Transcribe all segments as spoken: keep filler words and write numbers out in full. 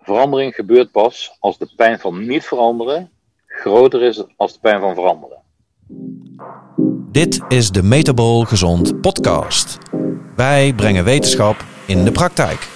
Verandering gebeurt pas als de pijn van niet veranderen groter is als de pijn van veranderen. Dit is de Metabol Gezond podcast. Wij brengen wetenschap in de praktijk.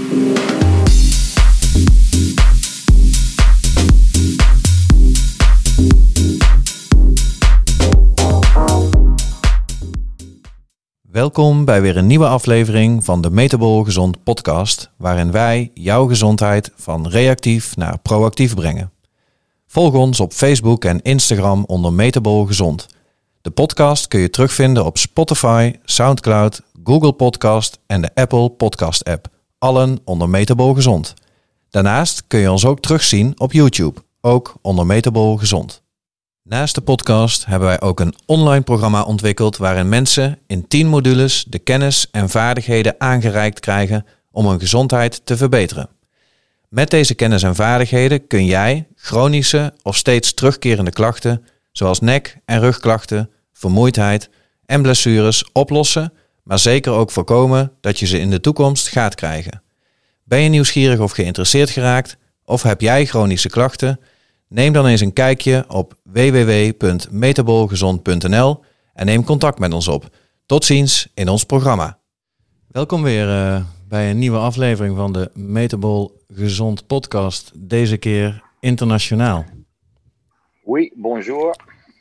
Welkom bij weer een nieuwe aflevering van de Metabol Gezond podcast, waarin wij jouw gezondheid van reactief naar proactief brengen. Volg ons op Facebook en Instagram onder Metabol Gezond. De podcast kun je terugvinden op Spotify, Soundcloud, Google Podcast en de Apple Podcast app. Allen onder Metabol Gezond. Daarnaast kun je ons ook terugzien op YouTube, ook onder Metabol Gezond. Naast de podcast hebben wij ook een online programma ontwikkeld waarin mensen in tien modules de kennis en vaardigheden aangereikt krijgen om hun gezondheid te verbeteren. Met deze kennis en vaardigheden kun jij chronische of steeds terugkerende klachten zoals nek- en rugklachten, vermoeidheid en blessures oplossen, maar zeker ook voorkomen dat je ze in de toekomst gaat krijgen. Ben je nieuwsgierig of geïnteresseerd geraakt of heb jij chronische klachten? Neem dan eens een kijkje op w w w punt metabolgezond punt n l en neem contact met ons op. Tot ziens in ons programma. Welkom weer uh, bij een nieuwe aflevering van de Metabol Gezond podcast. Deze keer internationaal. Oui, bonjour.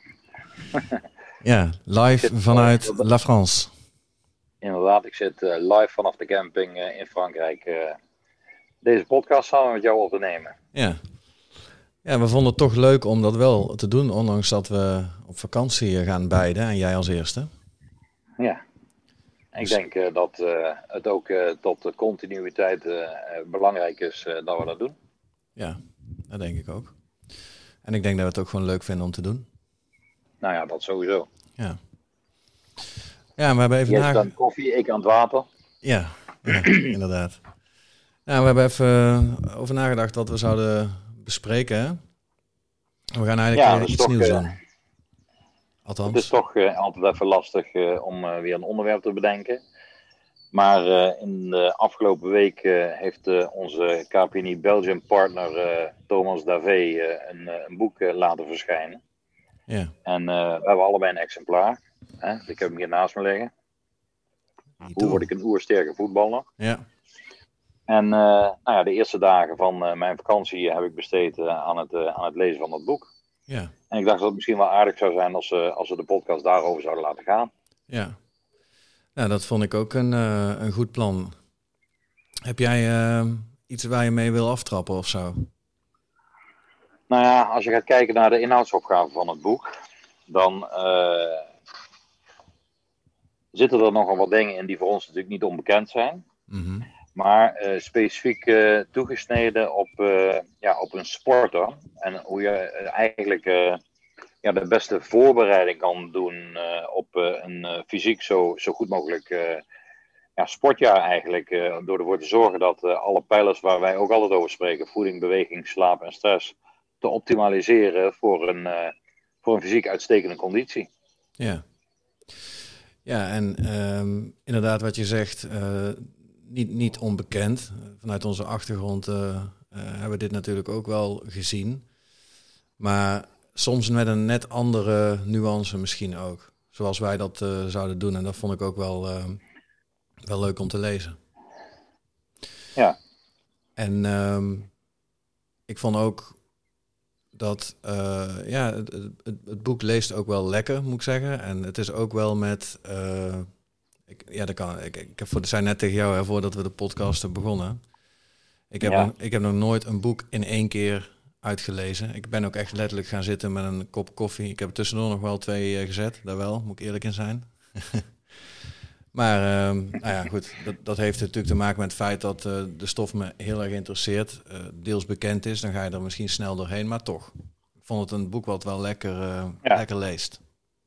Ja, live vanuit La France. Inderdaad, ik zit uh, live vanaf de camping uh, in Frankrijk. Uh, deze podcast samen met jou op te nemen. Ja. Ja, we vonden het toch leuk om dat wel te doen, ondanks dat we op vakantie gaan beide en jij als eerste. Ja, ik dus... denk uh, dat uh, het ook uh, tot de continuïteit uh, belangrijk is uh, dat we dat doen. Ja, dat denk ik ook. En ik denk dat we het ook gewoon leuk vinden om te doen. Nou ja, dat sowieso. Ja, ja we hebben even Jij nage... aan koffie, ik aan het water. Ja, ja inderdaad. Nou, we hebben even over nagedacht wat we zouden bespreken. Hè? We gaan eigenlijk ja, uh, iets toch, nieuws uh, doen. Althans. Het is toch uh, altijd even lastig uh, om uh, weer een onderwerp te bedenken. Maar uh, in de afgelopen week uh, heeft uh, onze K P N I Belgium partner uh, Thomas Davé uh, een, uh, een boek uh, laten verschijnen. Ja. En uh, we hebben allebei een exemplaar. Hè? Ik heb hem hier naast me liggen. Hoe word ik een oersterke voetballer? Ja. En uh, nou ja, de eerste dagen van uh, mijn vakantie heb ik besteed uh, aan, het, uh, aan het lezen van dat boek. Ja. En ik dacht dat het misschien wel aardig zou zijn als, uh, als we de podcast daarover zouden laten gaan. Ja, nou, dat vond ik ook een, uh, een goed plan. Heb jij uh, iets waar je mee wil aftrappen of zo? Nou ja, als je gaat kijken naar de inhoudsopgave van het boek, dan uh, zitten er nogal wat dingen in die voor ons natuurlijk niet onbekend zijn. Mm-hmm. Maar uh, specifiek uh, toegesneden op, uh, ja, op een sporter. En hoe je uh, eigenlijk uh, ja, de beste voorbereiding kan doen uh, op uh, een uh, fysiek zo, zo goed mogelijk uh, ja, sportjaar eigenlijk. Uh, door ervoor te zorgen dat uh, alle pijlers waar wij ook altijd over spreken, voeding, beweging, slaap en stress, te optimaliseren voor een, uh, voor een fysiek uitstekende conditie. Ja, ja en um, inderdaad wat je zegt... Uh, Niet, niet onbekend. Vanuit onze achtergrond uh, uh, hebben we dit natuurlijk ook wel gezien. Maar soms met een net andere nuance misschien ook. Zoals wij dat uh, zouden doen. En dat vond ik ook wel, uh, wel leuk om te lezen. Ja. En um, ik vond ook dat... Uh, ja, het, het, het boek leest ook wel lekker, moet ik zeggen. En het is ook wel met... Uh, Ik, ja, dat kan. Ik, ik heb voor, zei net tegen jou, hè, voordat we de podcast hebben begonnen. Ik heb, ja. nog, ik heb nog nooit een boek in één keer uitgelezen. Ik ben ook echt letterlijk gaan zitten met een kop koffie. Ik heb er tussendoor nog wel twee uh, gezet, daar wel, moet ik eerlijk in zijn. maar, um, nou ja, goed. Dat, dat heeft natuurlijk te maken met het feit dat uh, de stof me heel erg interesseert. Uh, deels bekend is, dan ga je er misschien snel doorheen, maar toch. Ik vond het een boek wat wel lekker, uh, ja. lekker leest.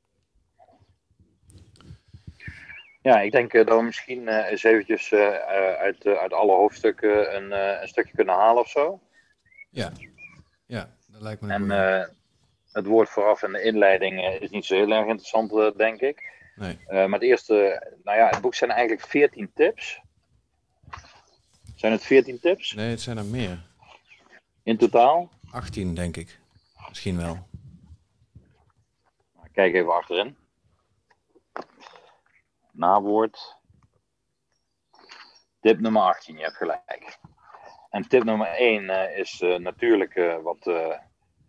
Ja, ik denk uh, dat we misschien uh, eens eventjes uh, uit, uh, uit alle hoofdstukken een, uh, een stukje kunnen halen of zo. Ja, ja dat lijkt me. En uh, het woord vooraf en de inleiding uh, is niet zo heel erg interessant, uh, denk ik. Nee. Uh, maar het eerste, nou ja, het boek zijn eigenlijk veertien tips. Zijn het veertien tips? Nee, het zijn er meer. In totaal? achttien, denk ik. Misschien wel. Kijk even achterin. Nawoord. Tip nummer achttien, je hebt gelijk. En tip nummer één uh, is uh, natuurlijk uh, wat uh, uh,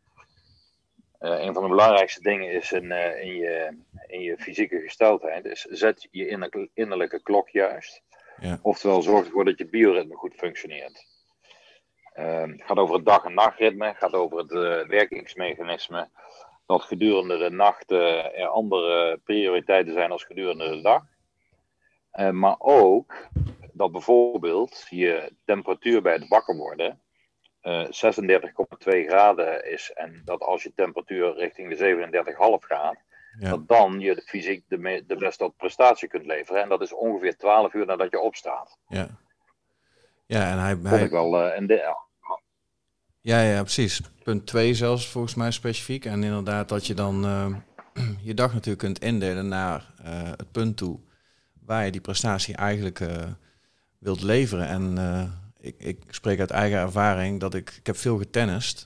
een van de belangrijkste dingen is in, uh, in, je, in je fysieke gesteldheid. Is zet je inner- innerlijke klok juist. Ja. Oftewel zorg ervoor dat je bioritme goed functioneert. Uh, het gaat over het dag- en nachtritme. Het gaat over het uh, werkingsmechanisme. Dat gedurende de nacht uh, er andere prioriteiten zijn als gedurende de dag. Uh, maar ook dat bijvoorbeeld je temperatuur bij het wakker worden uh, zesendertig komma twee graden is. En dat als je temperatuur richting de zevenendertig komma vijf gaat, ja. dat dan je fysiek de, me- de beste prestatie kunt leveren. En dat is ongeveer twaalf uur nadat je opstaat. Ja, ja en hij... Vond hij... ik wel... Uh, en de, uh, Ja, ja, precies. Punt twee zelfs volgens mij specifiek. En inderdaad dat je dan uh, je dag natuurlijk kunt indelen naar uh, het punt toe waar je die prestatie eigenlijk uh, wilt leveren. En uh, ik, ik spreek uit eigen ervaring dat ik, ik heb veel getennist.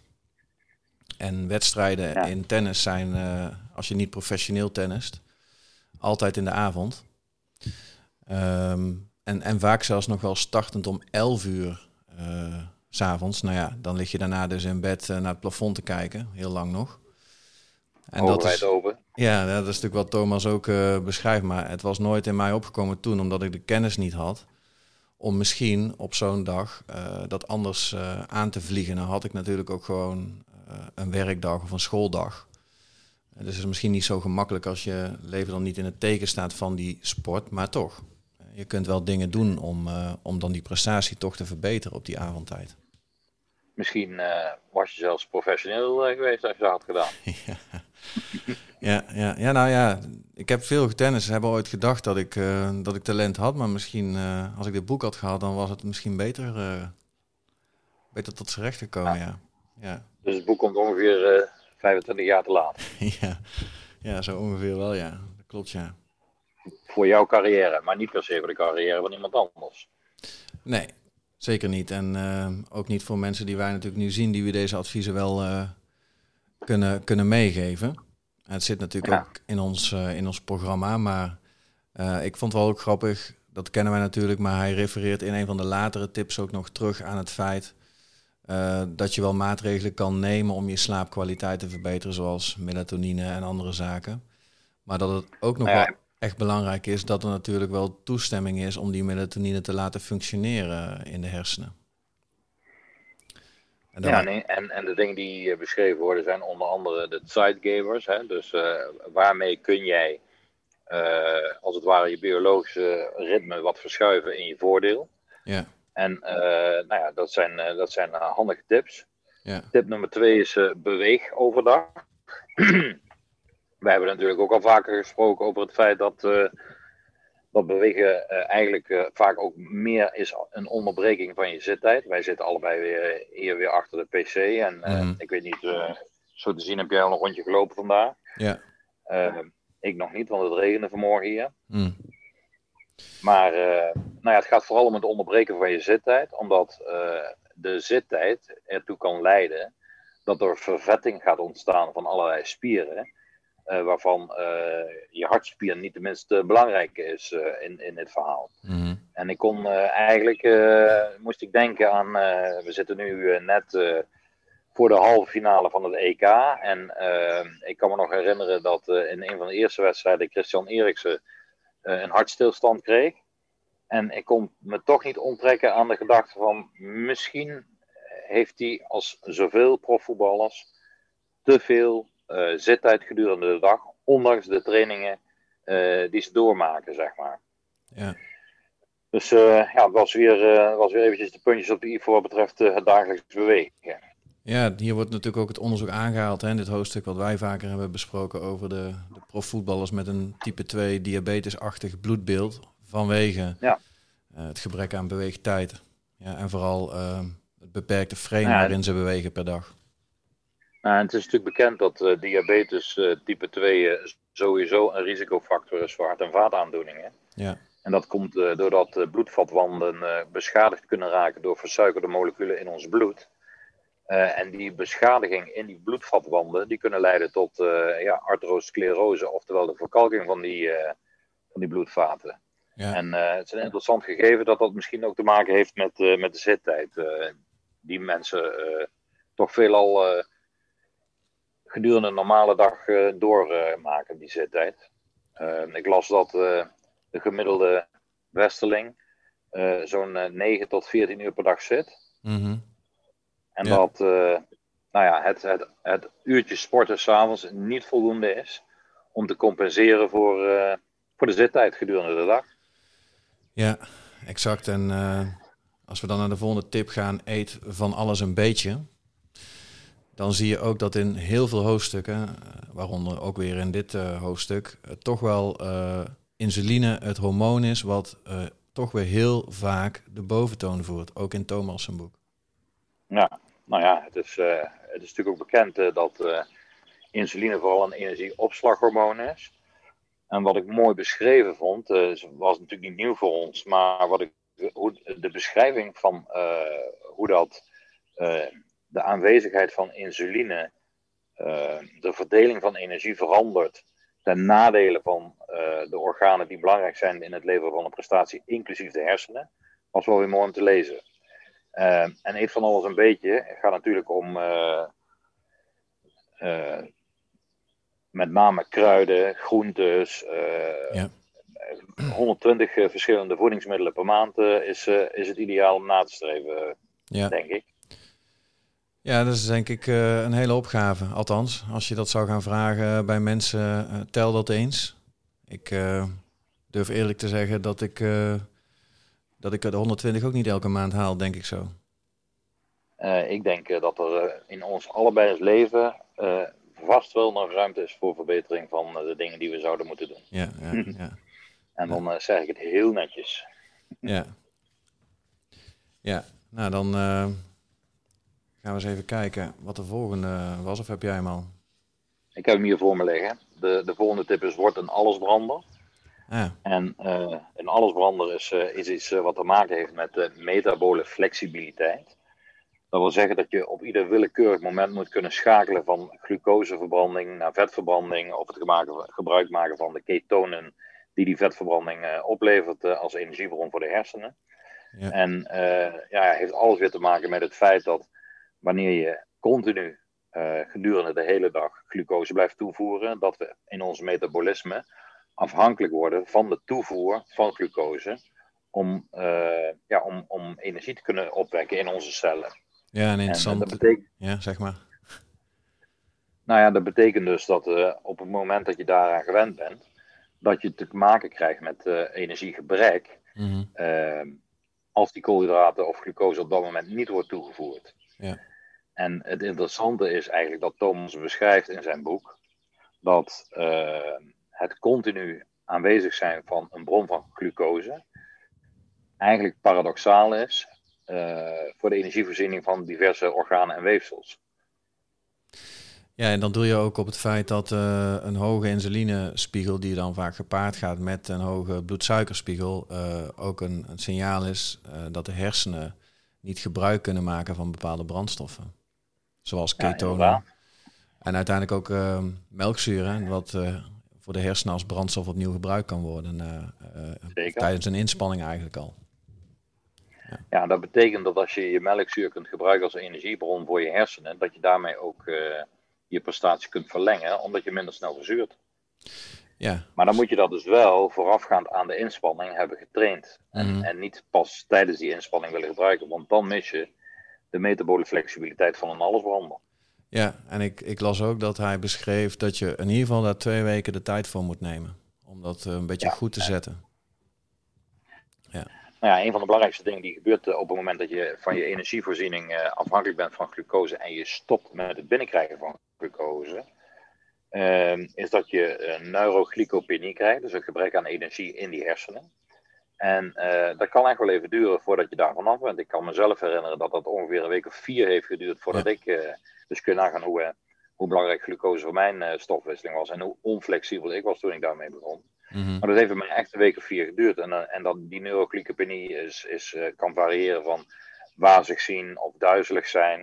En wedstrijden ja. in tennis zijn, uh, als je niet professioneel tennist, altijd in de avond. Um, en, en vaak zelfs nog wel startend om elf uur uh, 's avonds. Nou ja, dan lig je daarna dus in bed uh, naar het plafond te kijken, heel lang nog. En dat is open. Ja, dat is natuurlijk wat Thomas ook uh, beschrijft, maar het was nooit in mij opgekomen toen, omdat ik de kennis niet had, om misschien op zo'n dag uh, dat anders uh, aan te vliegen. Nou had ik natuurlijk ook gewoon uh, een werkdag of een schooldag. Uh, dus het is misschien niet zo gemakkelijk als je leven dan niet in het teken staat van die sport, maar toch. Uh, je kunt wel dingen doen om, uh, om dan die prestatie toch te verbeteren op die avondtijd. Misschien uh, was je zelfs professioneel uh, geweest als je dat had gedaan. ja. Ja, ja, ja, nou ja, ik heb veel getennist. Ze hebben ooit gedacht dat ik, uh, dat ik talent had, maar misschien uh, als ik dit boek had gehad, dan was het misschien beter, uh, beter tot z'n recht gekomen, ja. Ja. ja. Dus het boek komt ongeveer uh, vijfentwintig jaar te laat. ja. ja, zo ongeveer wel, ja. Dat klopt, ja. Voor jouw carrière, maar niet per se voor de carrière van iemand anders. Nee, zeker niet. En uh, ook niet voor mensen die wij natuurlijk nu zien, die we deze adviezen wel uh, kunnen, kunnen meegeven. Het zit natuurlijk ja. ook in ons, uh, in ons programma, maar uh, ik vond het wel ook grappig, dat kennen wij natuurlijk, maar hij refereert in een van de latere tips ook nog terug aan het feit uh, dat je wel maatregelen kan nemen om je slaapkwaliteit te verbeteren, zoals melatonine en andere zaken. Maar dat het ook nog ja. wel echt belangrijk is dat er natuurlijk wel toestemming is om die melatonine te laten functioneren in de hersenen. En, ja, nee, en, en de dingen die uh, beschreven worden zijn onder andere de zeitgebers. Hè? Dus uh, waarmee kun jij uh, als het ware je biologische ritme wat verschuiven in je voordeel. Ja. En uh, nou ja, dat zijn, uh, dat zijn uh, handige tips. Ja. Tip nummer twee is uh, beweeg overdag. Wij hebben natuurlijk ook al vaker gesproken over het feit dat... Uh, Dat bewegen uh, eigenlijk uh, vaak ook meer is een onderbreking van je zittijd. Wij zitten allebei weer hier weer achter de pc. En uh, mm. ik weet niet, uh, zo te zien heb jij al een rondje gelopen vandaag. Ja. Uh, ik nog niet, want het regende vanmorgen hier. Mm. Maar uh, nou ja, het gaat vooral om het onderbreken van je zittijd. Omdat uh, de zittijd ertoe kan leiden dat er vervetting gaat ontstaan van allerlei spieren. Uh, waarvan uh, je hartspier niet de minst uh, belangrijk is uh, in, in dit verhaal. Mm-hmm. En ik kon uh, eigenlijk, uh, moest ik denken aan, uh, we zitten nu uh, net uh, voor de halve finale van het E K. En uh, ik kan me nog herinneren dat uh, in een van de eerste wedstrijden Christian Eriksen uh, een hartstilstand kreeg. En ik kon me toch niet onttrekken aan de gedachte van, misschien heeft hij als zoveel profvoetballers te veel Uh, zittijd gedurende de dag, ondanks de trainingen uh, die ze doormaken, zeg maar. Ja. Dus uh, ja, het was weer, uh, was weer eventjes de puntjes op de i voor wat betreft uh, het dagelijks bewegen. Ja, hier wordt natuurlijk ook het onderzoek aangehaald, hè, in dit hoofdstuk wat wij vaker hebben besproken over de, de profvoetballers met een type twee diabetesachtig bloedbeeld vanwege ja. uh, het gebrek aan beweegtijd. Ja, en vooral uh, het beperkte frame ja, waarin ze bewegen per dag. Nou, het is natuurlijk bekend dat uh, diabetes uh, type twee uh, sowieso een risicofactor is voor hart- en vaataandoeningen. Ja. En dat komt uh, doordat uh, bloedvatwanden uh, beschadigd kunnen raken door versuikerde moleculen in ons bloed. Uh, en die beschadiging in die bloedvatwanden, die kunnen leiden tot uh, ja, arteriosclerose, oftewel de verkalking van die, uh, van die bloedvaten. Ja. En uh, het is een interessant gegeven dat dat misschien ook te maken heeft met, uh, met de zittijd. Uh, die mensen uh, toch veelal uh, gedurende een normale dag uh, doormaken, uh, die zittijd. Uh, ik las dat uh, de gemiddelde westerling uh, zo'n uh, negen tot veertien uur per dag zit. Mm-hmm. En ja. dat uh, nou ja, het, het, het uurtje sporten 's avonds niet voldoende is om te compenseren voor, uh, voor de zittijd gedurende de dag. Ja, exact. En uh, als we dan naar de volgende tip gaan, eet van alles een beetje. Dan zie je ook dat in heel veel hoofdstukken, waaronder ook weer in dit uh, hoofdstuk, uh, toch wel uh, insuline het hormoon is wat uh, toch weer heel vaak de boventoon voert. Ook in Thomas' zijn boek. Ja, nou ja, het is, uh, het is natuurlijk ook bekend uh, dat uh, insuline vooral een energieopslaghormoon is. En wat ik mooi beschreven vond, uh, was natuurlijk niet nieuw voor ons, maar wat ik, hoe, de beschrijving van uh, hoe dat uh, de aanwezigheid van insuline uh, de verdeling van energie verandert ten nadele van uh, de organen die belangrijk zijn in het leveren van een prestatie, inclusief de hersenen, was wel weer mooi om te lezen. Uh, en eet van alles een beetje. Het gaat natuurlijk om uh, uh, met name kruiden, groentes, uh, ja. honderdtwintig uh, verschillende voedingsmiddelen per maand uh, is, uh, is het ideaal om na te streven, ja. denk ik. Ja, dat is denk ik uh, een hele opgave. Althans, als je dat zou gaan vragen bij mensen, uh, tel dat eens. Ik uh, durf eerlijk te zeggen dat ik, uh, dat ik de honderdtwintig ook niet elke maand haal, denk ik zo. Uh, ik denk uh, dat er uh, in ons allebei het leven uh, vast wel nog ruimte is voor verbetering van uh, de dingen die we zouden moeten doen. Ja, ja, ja. En dan uh, zeg ik het heel netjes. Ja. Ja, nou dan uh, gaan we eens even kijken wat de volgende was. Of heb jij hem al? Ik heb hem hier voor me liggen. De, de volgende tip is: word een allesbrander. Ah. En uh, een allesbrander is, uh, is iets uh, wat te maken heeft met de metabole flexibiliteit. Dat wil zeggen dat je op ieder willekeurig moment moet kunnen schakelen van glucoseverbranding naar vetverbranding, of het gebruik maken van de ketonen die die vetverbranding uh, oplevert uh, als energiebron voor de hersenen. Ja. En uh, ja, heeft alles weer te maken met het feit dat wanneer je continu uh, gedurende de hele dag glucose blijft toevoeren, dat we in ons metabolisme afhankelijk worden van de toevoer van glucose om, uh, ja, om, om energie te kunnen opwekken in onze cellen. Ja, en interessant. En, uh, dat betekent, ja, zeg maar. Nou ja, dat betekent dus dat uh, op het moment dat je daaraan gewend bent, dat je te maken krijgt met uh, energiegebrek, mm-hmm. uh, als die koolhydraten of glucose op dat moment niet wordt toegevoerd. Ja. En het interessante is eigenlijk dat Thomas beschrijft in zijn boek, dat uh, het continu aanwezig zijn van een bron van glucose eigenlijk paradoxaal is uh, voor de energievoorziening van diverse organen en weefsels. Ja, en dan doe je ook op het feit dat uh, een hoge insulinespiegel, die dan vaak gepaard gaat met een hoge bloedsuikerspiegel, uh, ook een, een signaal is uh, dat de hersenen niet gebruik kunnen maken van bepaalde brandstoffen. Zoals ketonen. Ja, en uiteindelijk ook uh, melkzuur, wat uh, voor de hersenen als brandstof opnieuw gebruikt kan worden. Uh, uh, tijdens een inspanning eigenlijk al. Ja. ja, dat betekent dat als je je melkzuur kunt gebruiken als energiebron voor je hersenen, dat je daarmee ook uh, je prestatie kunt verlengen, omdat je minder snel verzuurt. Ja. Maar dan moet je dat dus wel voorafgaand aan de inspanning hebben getraind. Mm-hmm. En, en niet pas tijdens die inspanning willen gebruiken, want dan mis je de metabole flexibiliteit van een allesbrander. Ja, en ik, ik las ook dat hij beschreef dat je in ieder geval daar twee weken de tijd voor moet nemen. Om dat uh, een beetje ja, goed te ja. zetten. Ja. Nou ja, een van de belangrijkste dingen die gebeurt uh, op het moment dat je van je energievoorziening uh, afhankelijk bent van glucose en je stopt met het binnenkrijgen van glucose, uh, is dat je uh, neuroglycopenie krijgt, dus een gebrek aan energie in die hersenen. En uh, dat kan echt wel even duren voordat je daar vanaf bent. Ik kan mezelf herinneren dat dat ongeveer een week of vier heeft geduurd voordat ja. ik, uh, dus kun je nagaan hoe, uh, hoe belangrijk glucose voor mijn uh, stofwisseling was en hoe onflexibel ik was toen ik daarmee begon. Mm-hmm. Maar dat heeft mij echt een week of vier geduurd. En, uh, en dat, die neuroglycopenie is, is, uh, kan variëren van wazig zien of duizelig zijn.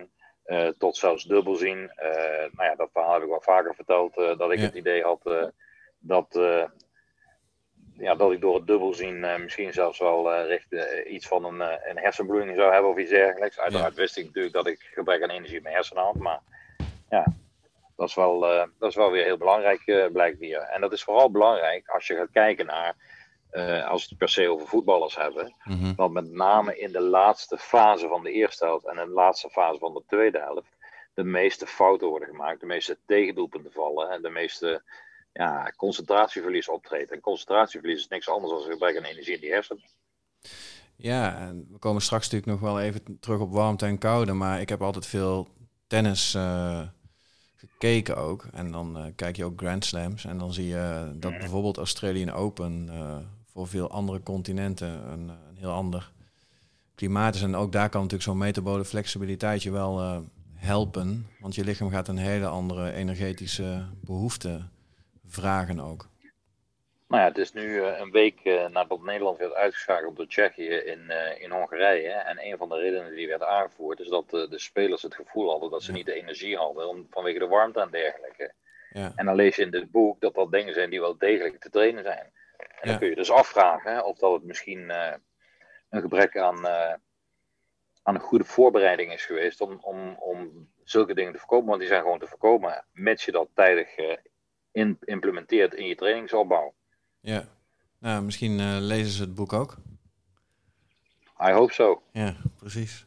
uh, tot zelfs dubbelzien. Uh, nou ja, dat verhaal heb ik wel vaker verteld, uh, dat ik ja. het idee had uh, dat, uh, ja, dat ik door het dubbelzien uh, misschien zelfs wel uh, richt, uh, iets van een, uh, een hersenbloeding zou hebben of iets dergelijks. Uiteraard ja. wist ik natuurlijk dat ik gebrek aan energie in mijn hersenen had, maar ja, dat is wel, uh, dat is wel weer heel belangrijk, uh, blijkt hier. En dat is vooral belangrijk als je gaat kijken naar... Uh, als we het per se over voetballers hebben, mm-hmm. dat met name in de laatste fase van de eerste helft en in de laatste fase van de tweede helft de meeste fouten worden gemaakt, de meeste tegendoelpunten vallen en de meeste ja, concentratieverlies optreedt. En concentratieverlies is niks anders dan een gebrek aan energie in die hersenen. Ja, en we komen straks natuurlijk nog wel even terug op warmte en koude, maar ik heb altijd veel tennis uh, gekeken ook. En dan uh, kijk je ook Grand Slams en dan zie je dat bijvoorbeeld Australian Open uh, voor veel andere continenten een, een heel ander klimaat is. En ook daar kan natuurlijk zo'n metabole flexibiliteit je wel uh, helpen. Want je lichaam gaat een hele andere energetische behoefte vragen ook. Nou ja, het is nu uh, een week uh, nadat Nederland werd uitgeschakeld door Tsjechië in, uh, in Hongarije. En een van de redenen die werd aangevoerd is dat uh, de spelers het gevoel hadden dat ze ja. niet de energie hadden om, vanwege de warmte en dergelijke. Ja. En dan lees je in dit boek dat dat dingen zijn die wel degelijk te trainen zijn. En dan ja. kun je dus afvragen hè, of dat het misschien uh, een gebrek aan, uh, aan een goede voorbereiding is geweest om, om, om zulke dingen te voorkomen. Want die zijn gewoon te voorkomen, mits je dat tijdig uh, in, implementeert in je trainingsopbouw. Ja, nou, misschien uh, lezen ze het boek ook. I hope so. Ja, precies.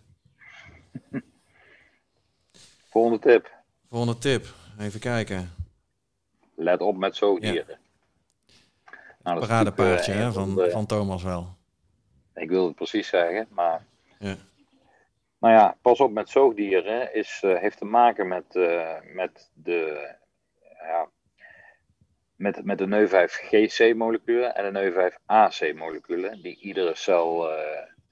Volgende tip. Volgende tip, even kijken. Let op met zoogdieren. Ja. Nou, het paradepaardje uh, hè, van, de, van Thomas wel. Ik wilde het precies zeggen, maar... Ja. Nou ja, pas op met zoogdieren is, uh, heeft te maken met, uh, met de... Ja, met, met de N vijf G C-moleculen en de N vijf A C-moleculen die iedere cel uh,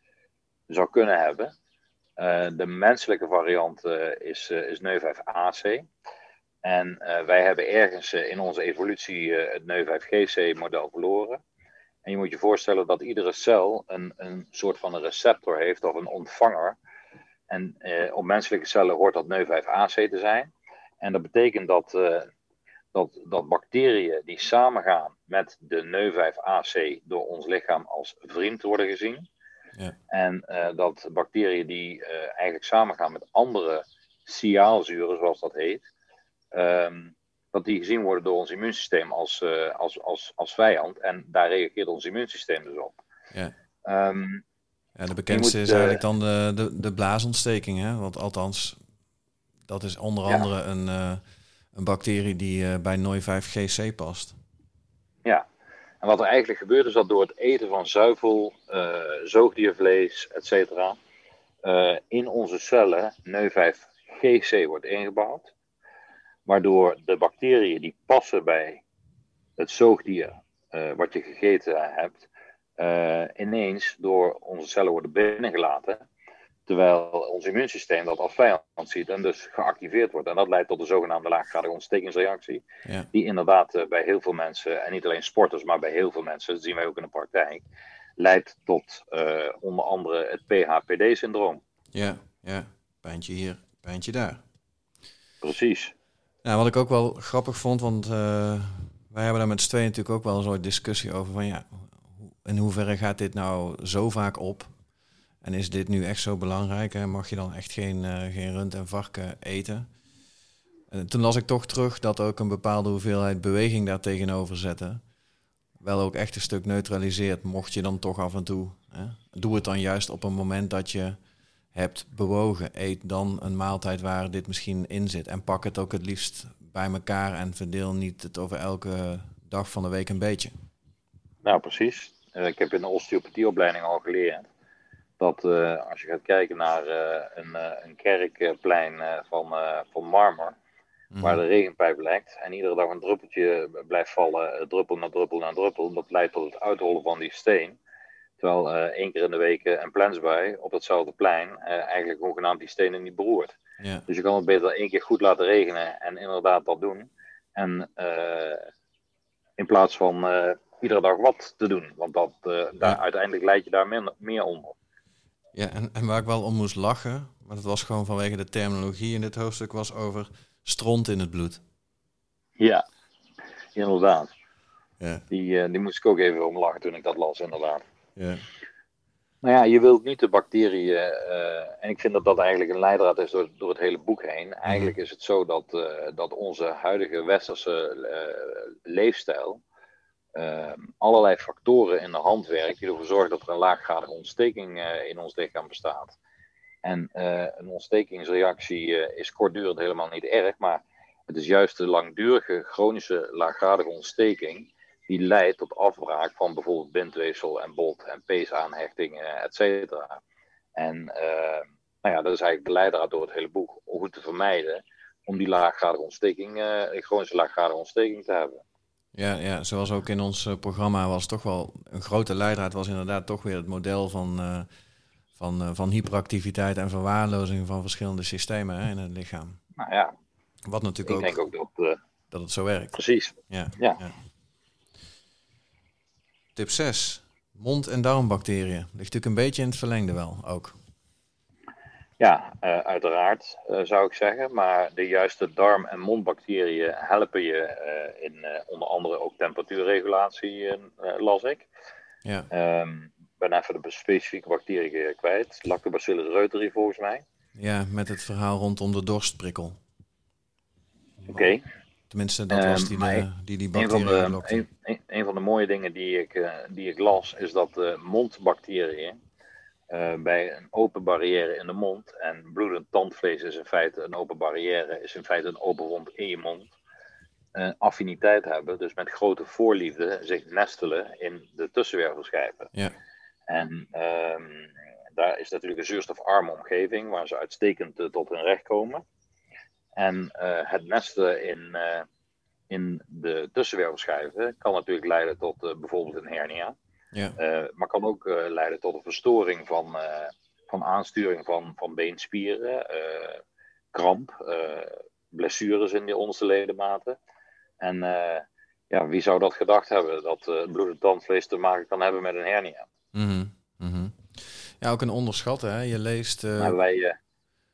zou kunnen hebben. Uh, de menselijke variant uh, is, uh, is N vijf A C. En uh, wij hebben ergens uh, in onze evolutie uh, het N vijf G C-model verloren. En je moet je voorstellen dat iedere cel een, een soort van een receptor heeft of een ontvanger. En uh, op menselijke cellen hoort dat N vijf A C te zijn. En dat betekent dat... Uh, Dat, dat bacteriën die samengaan met de N vijf A C door ons lichaam als vriend worden gezien. Ja. En uh, dat bacteriën die uh, eigenlijk samengaan met andere siaalzuren, zoals dat heet. Um, dat die gezien worden door ons immuunsysteem als, uh, als, als, als vijand. En daar reageert ons immuunsysteem dus op. Ja. Um, ja, de bekendste moet, is eigenlijk uh, dan de, de, de blaasontsteking. Hè? Want althans, dat is onder andere ja. een... Uh, Een bacterie die uh, bij N vijf G C past. Ja, en wat er eigenlijk gebeurt is dat door het eten van zuivel, uh, zoogdiervlees, et cetera, uh, in onze cellen N vijf G C wordt ingebouwd. Waardoor de bacteriën die passen bij het zoogdier uh, wat je gegeten hebt, uh, ineens door onze cellen worden binnengelaten. Terwijl ons immuunsysteem dat als vijand ziet en dus geactiveerd wordt. En dat leidt tot de zogenaamde laaggradige ontstekingsreactie. Ja. Die inderdaad uh, bij heel veel mensen, en niet alleen sporters, maar bij heel veel mensen, dat zien wij ook in de praktijk, leidt tot uh, onder andere het P H P D-syndroom. Ja, ja, pijntje hier, pijntje daar. Precies. Nou, wat ik ook wel grappig vond, want uh, wij hebben daar met z'n tweeën natuurlijk ook wel een soort discussie over van ja, in hoeverre gaat dit nou zo vaak op? En is dit nu echt zo belangrijk? Hè? Mag je dan echt geen, uh, geen rund en varken eten? En toen las ik toch terug dat ook een bepaalde hoeveelheid beweging daar tegenover zetten. Wel ook echt een stuk neutraliseert, mocht je dan toch af en toe. Hè? Doe het dan juist op een moment dat je hebt bewogen. Eet dan een maaltijd waar dit misschien in zit. En pak het ook het liefst bij elkaar en verdeel niet het over elke dag van de week een beetje. Nou, precies. Uh, ik heb in de osteopathieopleiding al geleerd dat uh, als je gaat kijken naar uh, een, uh, een kerkplein uh, van, uh, van marmer, mm. waar de regenpijp lekt en iedere dag een druppeltje blijft vallen, druppel na druppel na druppel, dat leidt tot het uithollen van die steen. Terwijl uh, één keer in de week uh, een plensbui op datzelfde plein uh, eigenlijk hoegenaamd die stenen niet beroert. Yeah. Dus je kan het beter één keer goed laten regenen en inderdaad dat doen. En uh, in plaats van uh, iedere dag wat te doen, want dat, uh, daar, yeah. uiteindelijk leid je daar meer, meer onder. Ja, en, en waar ik wel om moest lachen, maar dat was gewoon vanwege de terminologie in dit hoofdstuk, was over stront in het bloed. Ja, inderdaad. Ja, Die, uh, die moest ik ook even om lachen toen ik dat las, inderdaad. ja, Nou ja, je wilt niet de bacteriën, uh, en ik vind dat dat eigenlijk een leidraad is door, door het hele boek heen. Eigenlijk mhm. is het zo dat, uh, dat onze huidige westerse uh, leefstijl uh, allerlei factoren in de hand werkt die ervoor zorgen dat er een laaggradige ontsteking uh, in ons lichaam bestaat. En uh, een ontstekingsreactie uh, is kortdurend helemaal niet erg, maar het is juist de langdurige chronische laaggradige ontsteking die leidt tot afbraak van bijvoorbeeld bindweefsel en bot en peesaanhechtingen, et cetera. En uh, nou ja, dat is eigenlijk de leidraad door het hele boek, om goed te vermijden om die laaggradige ontsteking, uh, een chronische laaggradige ontsteking te hebben. Ja, ja, zoals ook in ons uh, programma was toch wel een grote leidraad, was inderdaad toch weer het model van, uh, van, uh, van hyperactiviteit en verwaarlozing van verschillende systemen hè, in het lichaam. Nou ja, Wat natuurlijk ik ook, denk ook dat, uh, dat het zo werkt. Precies. Ja, ja. ja. Tip zes. Mond- en darmbacteriën. Ligt natuurlijk een beetje in het verlengde wel ook. Ja, uh, uiteraard uh, zou ik zeggen. Maar de juiste darm- en mondbacteriën helpen je uh, in uh, onder andere ook temperatuurregulatie, uh, las ik. Ja. Um, ben even de specifieke bacteriën kwijt. Lactobacillus reuteri volgens mij. Ja, met het verhaal rondom de dorstprikkel. Oké. Okay. Tenminste, dat um, was die de, die, die bacteriën een uitlokte. Een, een, een van de mooie dingen die ik, uh, die ik las, is dat de mondbacteriën Uh, bij een open barrière in de mond, en bloedend tandvlees is in feite een open barrière, is in feite een open wond in je mond, uh, affiniteit hebben, dus met grote voorliefde zich nestelen in de tussenwervelschijven. Ja. En uh, daar is natuurlijk een zuurstofarme omgeving, waar ze uitstekend uh, tot hun recht komen. En uh, het nesten in, uh, in de tussenwervelschijven kan natuurlijk leiden tot uh, bijvoorbeeld een hernia. Ja. Uh, maar kan ook uh, leiden tot een verstoring van, uh, van aansturing van, van beenspieren, uh, kramp, uh, blessures in de onderste ledematen. En uh, ja, wie zou dat gedacht hebben, dat uh, bloedend tandvlees te maken kan hebben met een hernia? Mm-hmm. Mm-hmm. Ja, ook een onderschat, hè? Je leest... Uh... Maar wij... Uh...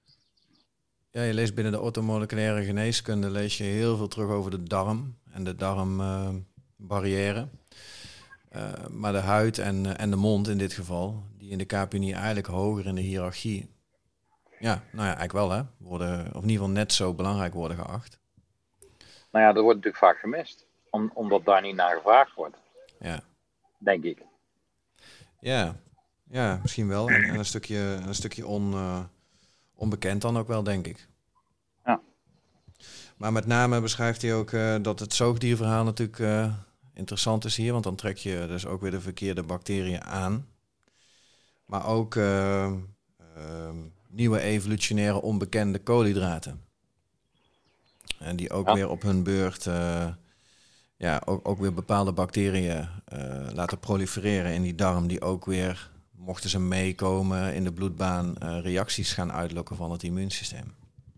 Ja, je leest binnen de orthomoleculaire geneeskunde lees je heel veel terug over de darm en de darmbarrière. Uh, Uh, maar de huid en, uh, en de mond in dit geval, die in de K P N I eigenlijk hoger in de hiërarchie, ja, nou ja, eigenlijk wel hè, worden, of in ieder geval net zo belangrijk worden geacht. Nou ja, dat wordt natuurlijk vaak gemist, om, omdat daar niet naar gevraagd wordt. Ja. Denk ik. Ja, ja misschien wel. En, en een stukje, een stukje on, uh, onbekend dan ook wel, denk ik. Ja. Maar met name beschrijft hij ook uh, dat het zoogdierverhaal natuurlijk... Uh, interessant is hier, want dan trek je dus ook weer de verkeerde bacteriën aan. Maar ook uh, uh, nieuwe evolutionaire onbekende koolhydraten. En die ook ja. weer op hun beurt uh, ja, ook, ook weer bepaalde bacteriën uh, laten prolifereren in die darm, die ook weer, mochten ze meekomen in de bloedbaan, uh, reacties gaan uitlokken van het immuunsysteem.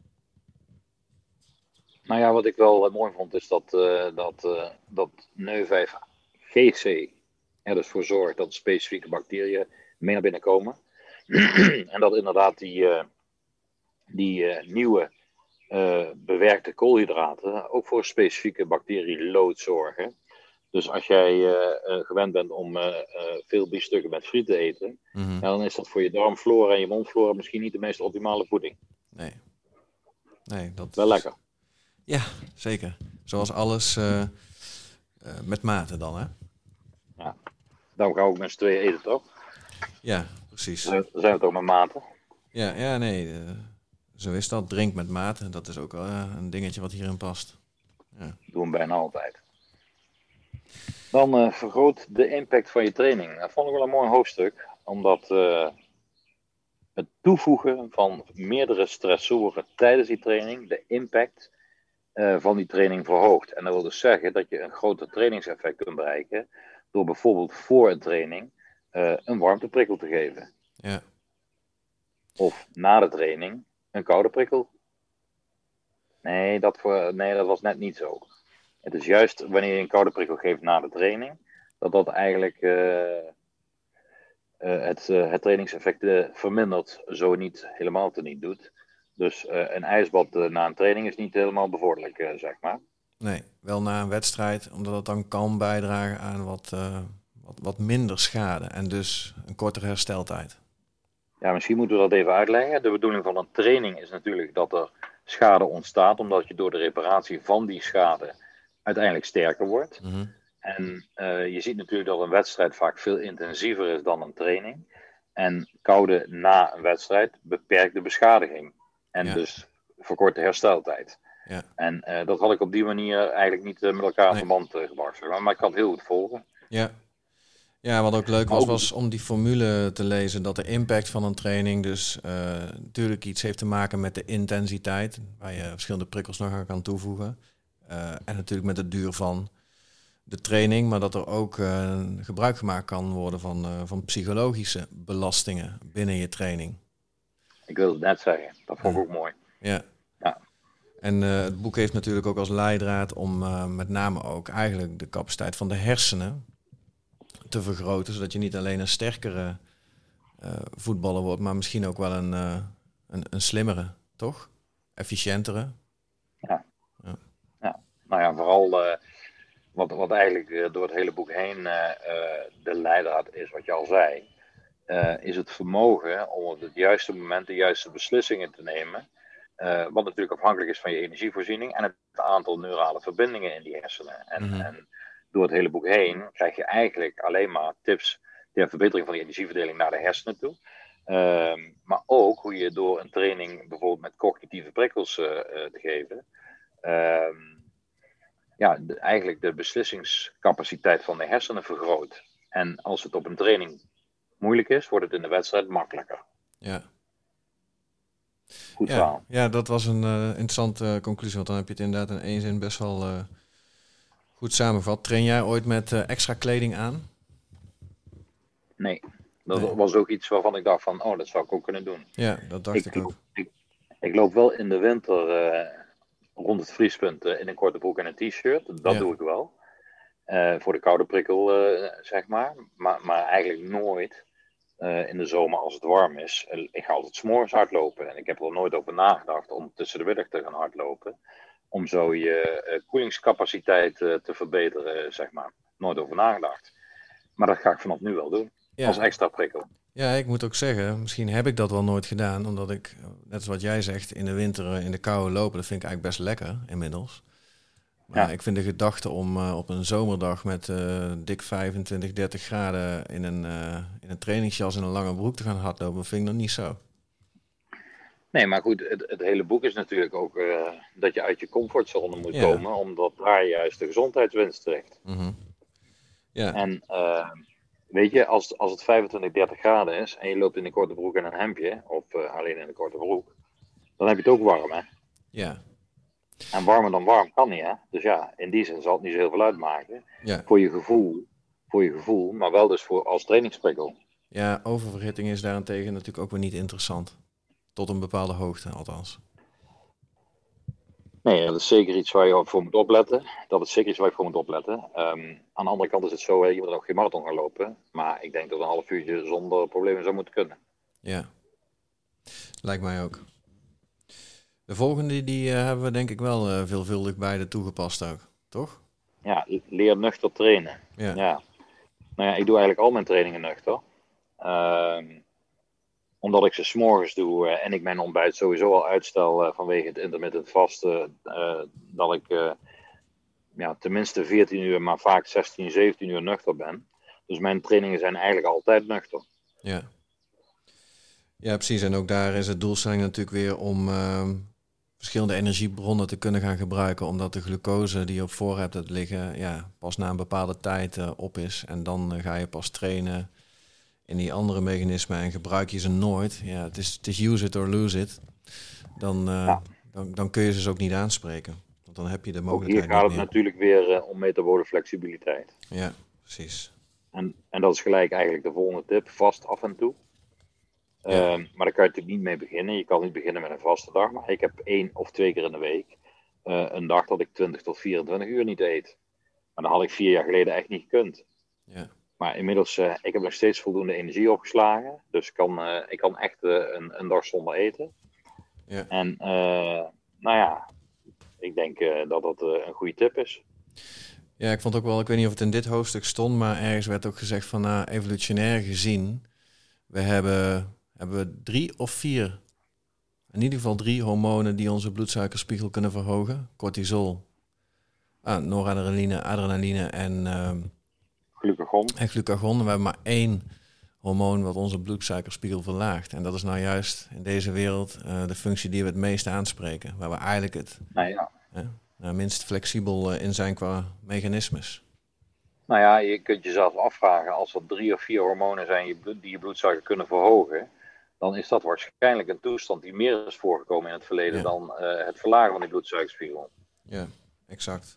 Nou ja, wat ik wel mooi vond is dat, uh, dat, uh, dat N E U vijf G C er dus voor zorgt dat specifieke bacteriën mee naar binnen komen. En dat inderdaad die, uh, die uh, nieuwe uh, bewerkte koolhydraten ook voor specifieke bacterielood zorgen. Dus als jij uh, uh, gewend bent om uh, uh, veel biefstukken met friet te eten, mm-hmm. ja, dan is dat voor je darmflora en je mondflora misschien niet de meest optimale voeding. Nee. Nee, dat wel lekker. Ja, zeker. Zoals alles uh, uh, met mate dan, hè? Ja, daarom gaan we ook met z'n tweeën eten, toch? Ja, precies. Dan zijn we toch met mate? Ja, ja nee, uh, zo is dat. Drink met mate, dat is ook uh, een dingetje wat hierin past. Ja. Doen we bijna altijd. Dan uh, vergroot de impact van je training. Dat vond ik wel een mooi hoofdstuk, omdat uh, het toevoegen van meerdere stressoren tijdens die training de impact uh, van die training verhoogt. En dat wil dus zeggen dat je een groter trainingseffect kunt bereiken door bijvoorbeeld voor een training uh, een warmteprikkel te geven. Ja. Of na de training een koude prikkel. Nee, dat, voor, nee, dat was net niet zo. Het is juist wanneer je een koude prikkel geeft na de training, dat dat eigenlijk uh, uh, het, uh, het trainingseffect uh, vermindert, zo niet helemaal teniet doet. Dus uh, een ijsbad uh, na een training is niet helemaal bevorderlijk, uh, zeg maar. Nee, wel na een wedstrijd, omdat het dan kan bijdragen aan wat, uh, wat, wat minder schade en dus een kortere hersteltijd. Ja, misschien moeten we dat even uitleggen. De bedoeling van een training is natuurlijk dat er schade ontstaat, omdat je door de reparatie van die schade uiteindelijk sterker wordt. Mm-hmm. En uh, je ziet natuurlijk dat een wedstrijd vaak veel intensiever is dan een training. En koude na een wedstrijd beperkt de beschadiging. En ja. dus verkort de hersteltijd. Ja. En uh, dat had ik op die manier eigenlijk niet uh, met elkaar in nee. verband uh, gebracht. Maar, maar ik kan het heel goed volgen. Ja. Ja, wat ook leuk was, was om die formule te lezen dat de impact van een training dus uh, natuurlijk iets heeft te maken met de intensiteit, waar je verschillende prikkels nog aan kan toevoegen. Uh, en natuurlijk met de duur van de training, maar dat er ook uh, gebruik gemaakt kan worden van, uh, van psychologische belastingen binnen je training. Ik wil het net zeggen, dat vond ik ja. ook mooi. Ja. ja. En uh, het boek heeft natuurlijk ook als leidraad om uh, met name ook eigenlijk de capaciteit van de hersenen te vergroten, zodat je niet alleen een sterkere uh, voetballer wordt, maar misschien ook wel een, uh, een, een slimmere, toch? Efficiëntere. Ja. ja. ja. Nou ja, vooral uh, wat, wat eigenlijk uh, door het hele boek heen uh, uh, de leidraad is, wat je al zei, uh, is het vermogen om op het juiste moment de juiste beslissingen te nemen. Uh, wat natuurlijk afhankelijk is van je energievoorziening en het aantal neurale verbindingen in die hersenen. En, mm-hmm. en door het hele boek heen krijg je eigenlijk alleen maar tips ter verbetering van die energieverdeling naar de hersenen toe. Uh, maar ook hoe je door een training bijvoorbeeld met cognitieve prikkels uh, uh, te geven, uh, ja, de, eigenlijk de beslissingscapaciteit van de hersenen vergroot. En als het op een training moeilijk is, wordt het in de wedstrijd makkelijker. Ja. Goed ja, verhaal. Ja, dat was een uh, interessante uh, conclusie, want dan heb je het inderdaad in één zin best wel uh, goed samengevat. Train jij ooit met uh, extra kleding aan? Nee, dat nee. was ook iets waarvan ik dacht van, oh, dat zou ik ook kunnen doen. Ja, dat dacht ik, ik ook. Ik, ik loop wel in de winter uh, rond het vriespunt uh, in een korte broek en een t-shirt. Dat ja. doe ik wel. Uh, voor de koude prikkel, uh, zeg maar. maar. Maar eigenlijk nooit uh, in de zomer als het warm is. Uh, ik ga altijd 's morgens hardlopen. En ik heb er nooit over nagedacht om tussen de middag te gaan hardlopen. Om zo je uh, koelingscapaciteit uh, te verbeteren, zeg maar. Nooit over nagedacht. Maar dat ga ik vanaf nu wel doen. Ja. Als extra prikkel. Ja, ik moet ook zeggen, misschien heb ik dat wel nooit gedaan. Omdat ik, net als wat jij zegt, in de winter in de kou lopen, dat vind ik eigenlijk best lekker inmiddels. Maar ja. ik vind de gedachte om uh, op een zomerdag met uh, dik vijfentwintig, dertig graden in een, uh, in een trainingsjas en een lange broek te gaan hardlopen, vind ik nog niet zo. Nee, maar goed, het, het hele boek is natuurlijk ook uh, dat je uit je comfortzone moet ja. komen, omdat daar juist de gezondheidswinst ligt. Mm-hmm. Ja. En uh, weet je, als, als het vijfentwintig, dertig graden is en je loopt in een korte broek en een hemdje, of uh, alleen in een korte broek, dan heb je het ook warm, hè? Ja. En warmer dan warm kan niet, hè? Dus ja, in die zin zal het niet zo heel veel uitmaken. Ja. Voor je gevoel, voor je gevoel, maar wel dus voor, als trainingsprikkel. Ja, oververhitting is daarentegen natuurlijk ook weer niet interessant. Tot een bepaalde hoogte, althans. Nee, dat is zeker iets waar je voor moet opletten. Dat is zeker iets waar je voor moet opletten. Um, aan de andere kant is het zo, hè, je moet nog geen marathon gaan lopen. Maar ik denk dat een half uurtje zonder problemen zou moeten kunnen. Ja, lijkt mij ook. De volgende die uh, hebben we denk ik wel uh, veelvuldig beide toegepast ook, toch? Ja, leer nuchter trainen. Ja. ja. Nou ja, ik doe eigenlijk al mijn trainingen nuchter. Uh, omdat ik ze 's morgens doe uh, en ik mijn ontbijt sowieso al uitstel uh, vanwege het intermittent vasten. Uh, dat ik uh, ja, tenminste veertien uur, maar vaak zestien, zeventien uur nuchter ben. Dus mijn trainingen zijn eigenlijk altijd nuchter. Ja. Ja, precies. En ook daar is het doelstelling natuurlijk weer om uh, verschillende energiebronnen te kunnen gaan gebruiken. Omdat de glucose die je op voorraad hebt liggen, ja, pas na een bepaalde tijd uh, op is. En dan uh, ga je pas trainen in die andere mechanismen en gebruik je ze nooit. Ja, het is, het is use it or lose it. Dan, uh, ja. dan, dan kun je ze dus ook niet aanspreken. Want dan heb je de mogelijkheid. Ook hier gaat het natuurlijk weer uh, om metabole flexibiliteit. Ja, precies. En, en dat is gelijk eigenlijk de volgende tip. Vast af en toe. Ja. Uh, maar daar kan je natuurlijk niet mee beginnen. Je kan niet beginnen met een vaste dag. Maar ik heb één of twee keer in de week uh, een dag dat ik twintig tot vierentwintig uur niet eet. Maar dat had ik vier jaar geleden echt niet gekund. Ja. Maar inmiddels, uh, ik heb nog steeds voldoende energie opgeslagen. Dus ik kan, uh, ik kan echt uh, een, een dag zonder eten. Ja. En uh, nou ja, ik denk uh, dat dat uh, een goede tip is. Ja, ik vond ook wel, ik weet niet of het in dit hoofdstuk stond, maar ergens werd ook gezegd van, nou, evolutionair gezien, we hebben, hebben we drie of vier, in ieder geval drie hormonen die onze bloedsuikerspiegel kunnen verhogen. Cortisol, ah, noradrenaline, adrenaline en, uh, glucagon. en glucagon. We hebben maar één hormoon wat onze bloedsuikerspiegel verlaagt. En dat is nou juist in deze wereld uh, de functie die we het meest aanspreken. Waar we eigenlijk het nou ja. uh, nou, minst flexibel uh, in zijn qua mechanismes. Nou ja, je kunt jezelf afvragen, als er drie of vier hormonen zijn die je bloedsuiker kunnen verhogen, dan is dat waarschijnlijk een toestand die meer is voorgekomen in het verleden ja. dan uh, het verlagen van die bloedsuikerspiegel. Ja, exact.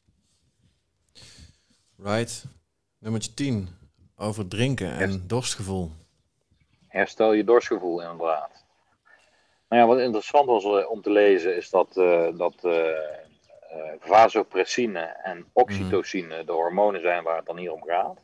Right. Nummertje tien. Over drinken en Herst- dorstgevoel. Herstel je dorstgevoel, inderdaad. Nou ja, wat interessant was uh, om te lezen is dat, uh, dat uh, uh, vasopressine en oxytocine mm. de hormonen zijn waar het dan hier om gaat.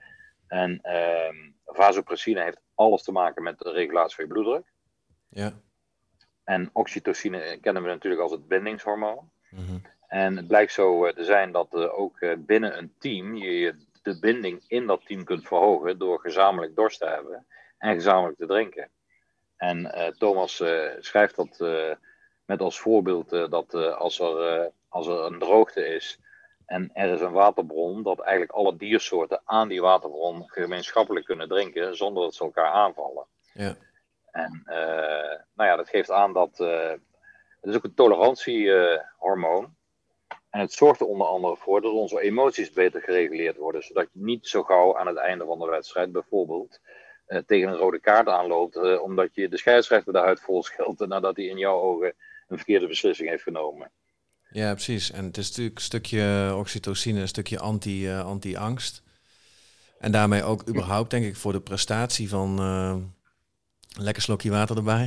En uh, vasopressine heeft alles te maken met de regulatie van je bloeddruk. Ja. En oxytocine kennen we natuurlijk als het bindingshormoon. Mm-hmm. En het blijkt zo uh, te zijn dat uh, ook uh, binnen een team je de binding in dat team kunt verhogen door gezamenlijk dorst te hebben en gezamenlijk te drinken. En uh, Thomas uh, schrijft dat uh, met als voorbeeld uh, dat uh, als, er, uh, als er een droogte is en er is een waterbron, dat eigenlijk alle diersoorten aan die waterbron gemeenschappelijk kunnen drinken zonder dat ze elkaar aanvallen. Ja. En uh, nou ja, dat geeft aan dat uh, het is ook een tolerantiehormoon. Uh, en het zorgt er onder andere voor dat onze emoties beter gereguleerd worden, zodat je niet zo gauw aan het einde van de wedstrijd bijvoorbeeld uh, tegen een rode kaart aanloopt, uh, omdat je de scheidsrechter de huid vol scheldt nadat hij in jouw ogen een verkeerde beslissing heeft genomen. Ja, precies. En het is natuurlijk een stukje oxytocine, een stukje anti, uh, anti-angst. En daarmee ook überhaupt, denk ik, voor de prestatie van uh, een lekker slokje water erbij.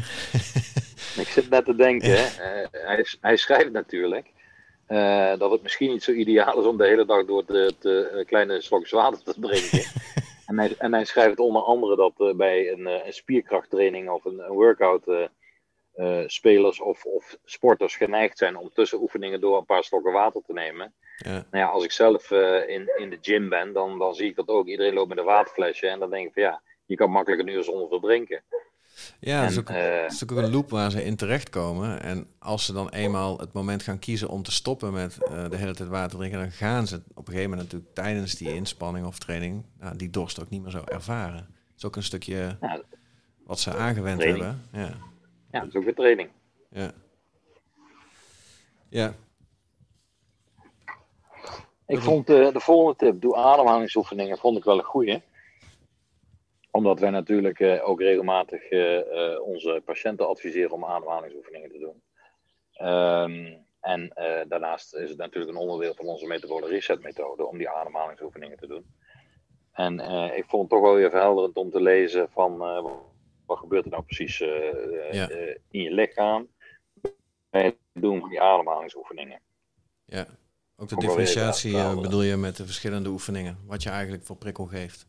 Ik zit net te denken, ja. hè? Uh, hij, hij schrijft natuurlijk uh, dat het misschien niet zo ideaal is om de hele dag door de, de uh, kleine slokjes water te drinken. en, hij, en hij schrijft onder andere dat uh, bij een, uh, een spierkrachttraining of een, een workout uh, uh, spelers of, of sporters geneigd zijn om tussen oefeningen door een paar slokken water te nemen. Ja. Nou ja, als ik zelf uh, in, in de gym ben, dan, dan zie ik dat ook. Iedereen loopt met een waterflesje en dan denk ik van ja, je kan makkelijk een uur zonder te drinken. Ja, dat is, ook, uh, dat is ook een loop waar ze in terechtkomen. En als ze dan eenmaal het moment gaan kiezen om te stoppen met uh, de hele tijd water drinken, dan gaan ze op een gegeven moment natuurlijk tijdens die inspanning of training nou, die dorst ook niet meer zo ervaren. Dat is ook een stukje ja, wat ze aangewend training. hebben. Ja. ja, dat is ook weer training. Ja. Ja. Ik vond uh, de volgende tip, doe ademhalingsoefeningen, vond ik wel een goeie. Omdat wij natuurlijk uh, ook regelmatig uh, uh, onze patiënten adviseren om ademhalingsoefeningen te doen. Um, en uh, daarnaast is het natuurlijk een onderdeel van onze metabole reset methode om die ademhalingsoefeningen te doen. En uh, ik vond het toch wel weer verhelderend om te lezen van uh, wat gebeurt er nou precies uh, ja. uh, in je lichaam bij het doen van die ademhalingsoefeningen. Ja, ook de differentiatie uh, bedoel je met de verschillende oefeningen, wat je eigenlijk voor prikkel geeft.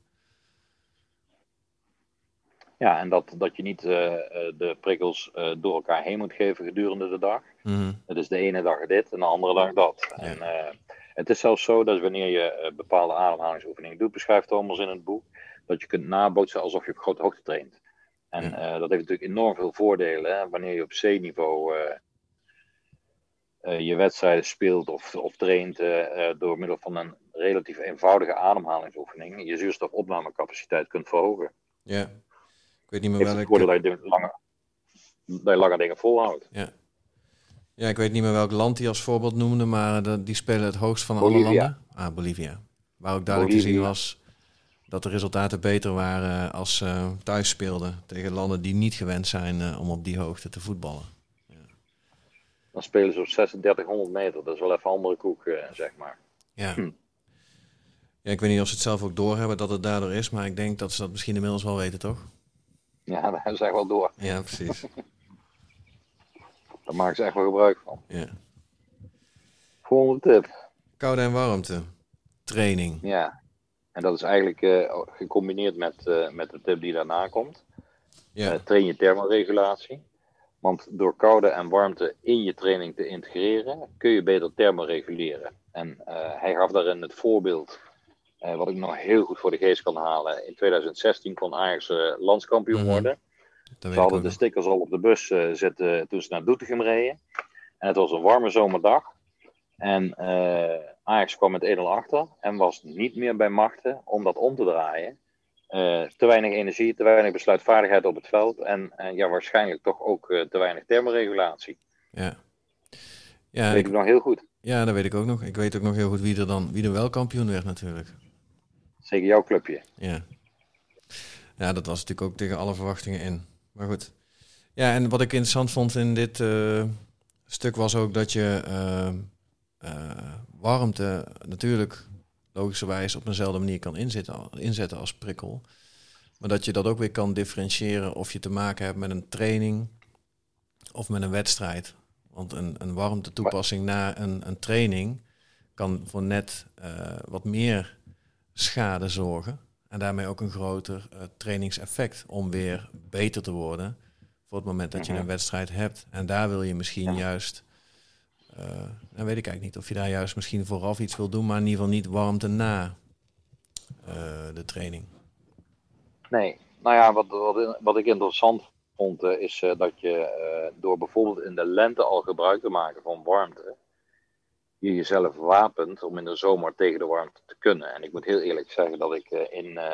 Ja, en dat, dat je niet uh, de prikkels uh, door elkaar heen moet geven gedurende de dag. Mm-hmm. Het is de ene dag dit en de andere dag dat. Ja. En, uh, het is zelfs zo dat wanneer je uh, bepaalde ademhalingsoefeningen doet, beschrijft Thomas in het boek, dat je kunt nabootsen alsof je op grote hoogte traint. En ja. uh, dat heeft natuurlijk enorm veel voordelen. Hè? Wanneer je op C-niveau uh, uh, je wedstrijden speelt of, of traint uh, uh, door middel van een relatief eenvoudige ademhalingsoefening, je zuurstofopnamecapaciteit kunt verhogen. Ja. Ik weet niet meer welk... Het dat je langer, dat je langer dingen volhoudt. Ja. ja, ik weet niet meer welk land die als voorbeeld noemde, maar de, die spelen het hoogst van Bolivia. alle landen. Ah, Bolivia. Waar ook duidelijk Bolivia. te zien was dat de resultaten beter waren als ze uh, thuis speelden tegen landen die niet gewend zijn uh, om op die hoogte te voetballen. Ja. Dan spelen ze op zesendertighonderd meter, dat is wel even een andere koek, uh, zeg maar. Ja. Hm. ja, ik weet niet of ze het zelf ook doorhebben dat het daardoor is, maar ik denk dat ze dat misschien inmiddels wel weten, toch? Ja, daar hebben ze echt wel door. Ja, precies. Daar maken ze echt wel gebruik van. Ja. Volgende tip. Koude en warmte. Training. Ja. En dat is eigenlijk uh, gecombineerd met, uh, met de tip die daarna komt. Ja. Uh, train je thermoregulatie. Want door koude en warmte in je training te integreren, kun je beter thermoreguleren. En uh, hij gaf daarin het voorbeeld, uh, wat ik nog heel goed voor de geest kan halen. In twintig zestien kon Ajax uh, landskampioen Mm-hmm. worden. Dat Ze hadden de stickers al op de bus uh, zitten toen ze naar Doetinchem reden. En het was een warme zomerdag. En uh, Ajax kwam met één nul achter en was niet meer bij machten om dat om te draaien. Uh, te weinig energie, te weinig besluitvaardigheid op het veld en uh, ja, waarschijnlijk toch ook uh, te weinig thermoregulatie. Ja. Ja, dat weet ik, ik nog heel goed. Ja, dat weet ik ook nog. Ik weet ook nog heel goed wie er dan wie er wel kampioen werd natuurlijk. Zeker jouw clubje. Ja. Ja, dat was natuurlijk ook tegen alle verwachtingen in. Maar goed. Ja, en wat ik interessant vond in dit uh, stuk was ook dat je uh, uh, warmte natuurlijk logischerwijs op eenzelfde manier kan inzetten, inzetten als prikkel. Maar dat je dat ook weer kan differentiëren of je te maken hebt met een training of met een wedstrijd. Want een, een warmte toepassing na een, een training kan voor net uh, wat meer schade zorgen. En daarmee ook een groter uh, trainingseffect om weer beter te worden voor het moment dat je een wedstrijd hebt. En daar wil je misschien ja. juist, uh, dan weet ik eigenlijk niet of je daar juist misschien vooraf iets wil doen, maar in ieder geval niet warmte na uh, de training. Nee, nou ja, wat, wat, wat ik interessant vond uh, is uh, dat je uh, door bijvoorbeeld in de lente al gebruik te maken van warmte, je jezelf wapent om in de zomer tegen de warmte te kunnen. En ik moet heel eerlijk zeggen dat ik uh, in uh,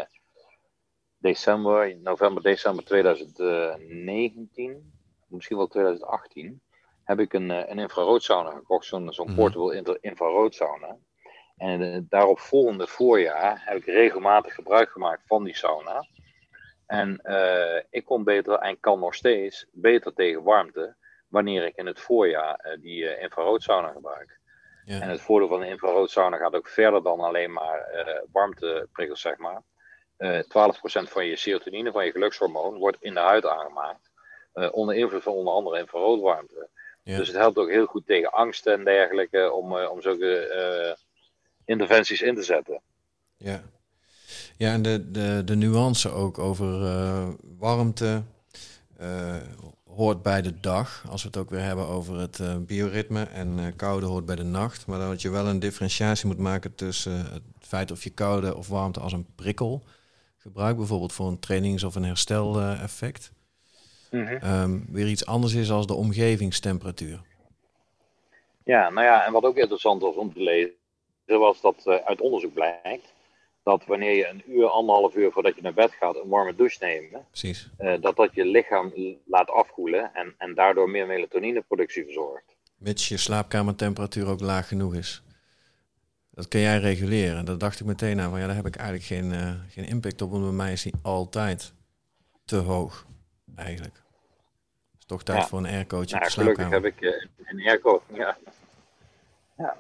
december, november, december twintig negentien, misschien wel twintig achttien, heb ik een, uh, een infraroodsauna gekocht, zo'n, zo'n Mm-hmm. portable infraroodsauna. En uh, daarop volgende voorjaar heb ik regelmatig gebruik gemaakt van die sauna. En uh, ik kon beter en kan nog steeds beter tegen warmte wanneer ik in het voorjaar uh, die uh, infraroodsauna gebruik. Ja. En het voordeel van de infraroodsauna gaat ook verder dan alleen maar uh, warmteprikkels, zeg maar. Uh, twaalf procent van je serotonine, van je gelukshormoon, wordt in de huid aangemaakt. Uh, onder invloed van onder andere infraroodwarmte. Ja. Dus het helpt ook heel goed tegen angst en dergelijke om, uh, om zulke uh, interventies in te zetten. Ja. Ja, en de, de, de nuance ook over uh, warmte uh, hoort bij de dag. Als we het ook weer hebben over het uh, bioritme en uh, koude hoort bij de nacht. Maar dat je wel een differentiatie moet maken tussen uh, het feit of je koude of warmte als een prikkel gebruikt. Bijvoorbeeld voor een trainings- of een herstel-effect. Uh, mm-hmm. um, weer iets anders is als de omgevingstemperatuur. Ja, nou ja, en wat ook interessant was om te lezen, was dat uh, uit onderzoek blijkt dat wanneer je een uur, anderhalf uur voordat je naar bed gaat een warme douche neemt, uh, dat dat je lichaam laat afkoelen en, en daardoor meer melatonineproductie verzorgt. Mits je slaapkamertemperatuur ook laag genoeg is. Dat kun jij reguleren. Dat dacht ik meteen aan, van ja, daar heb ik eigenlijk geen, uh, geen impact op, want bij mij is die altijd te hoog, eigenlijk. Het is toch tijd ja. voor een aircootje nou, op de slaapkamer. Gelukkig heb ik uh, een airco. Ja. ja.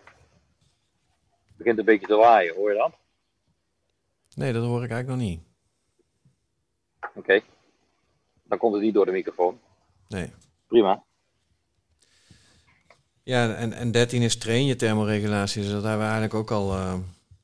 Het begint een beetje te waaien, hoor je dat? Nee, dat hoor ik eigenlijk nog niet. Oké. Okay. Dan komt het niet door de microfoon. Nee. Prima. Ja, en, en dertien is train je thermoregulatie. Dus dat hebben we eigenlijk ook al uh,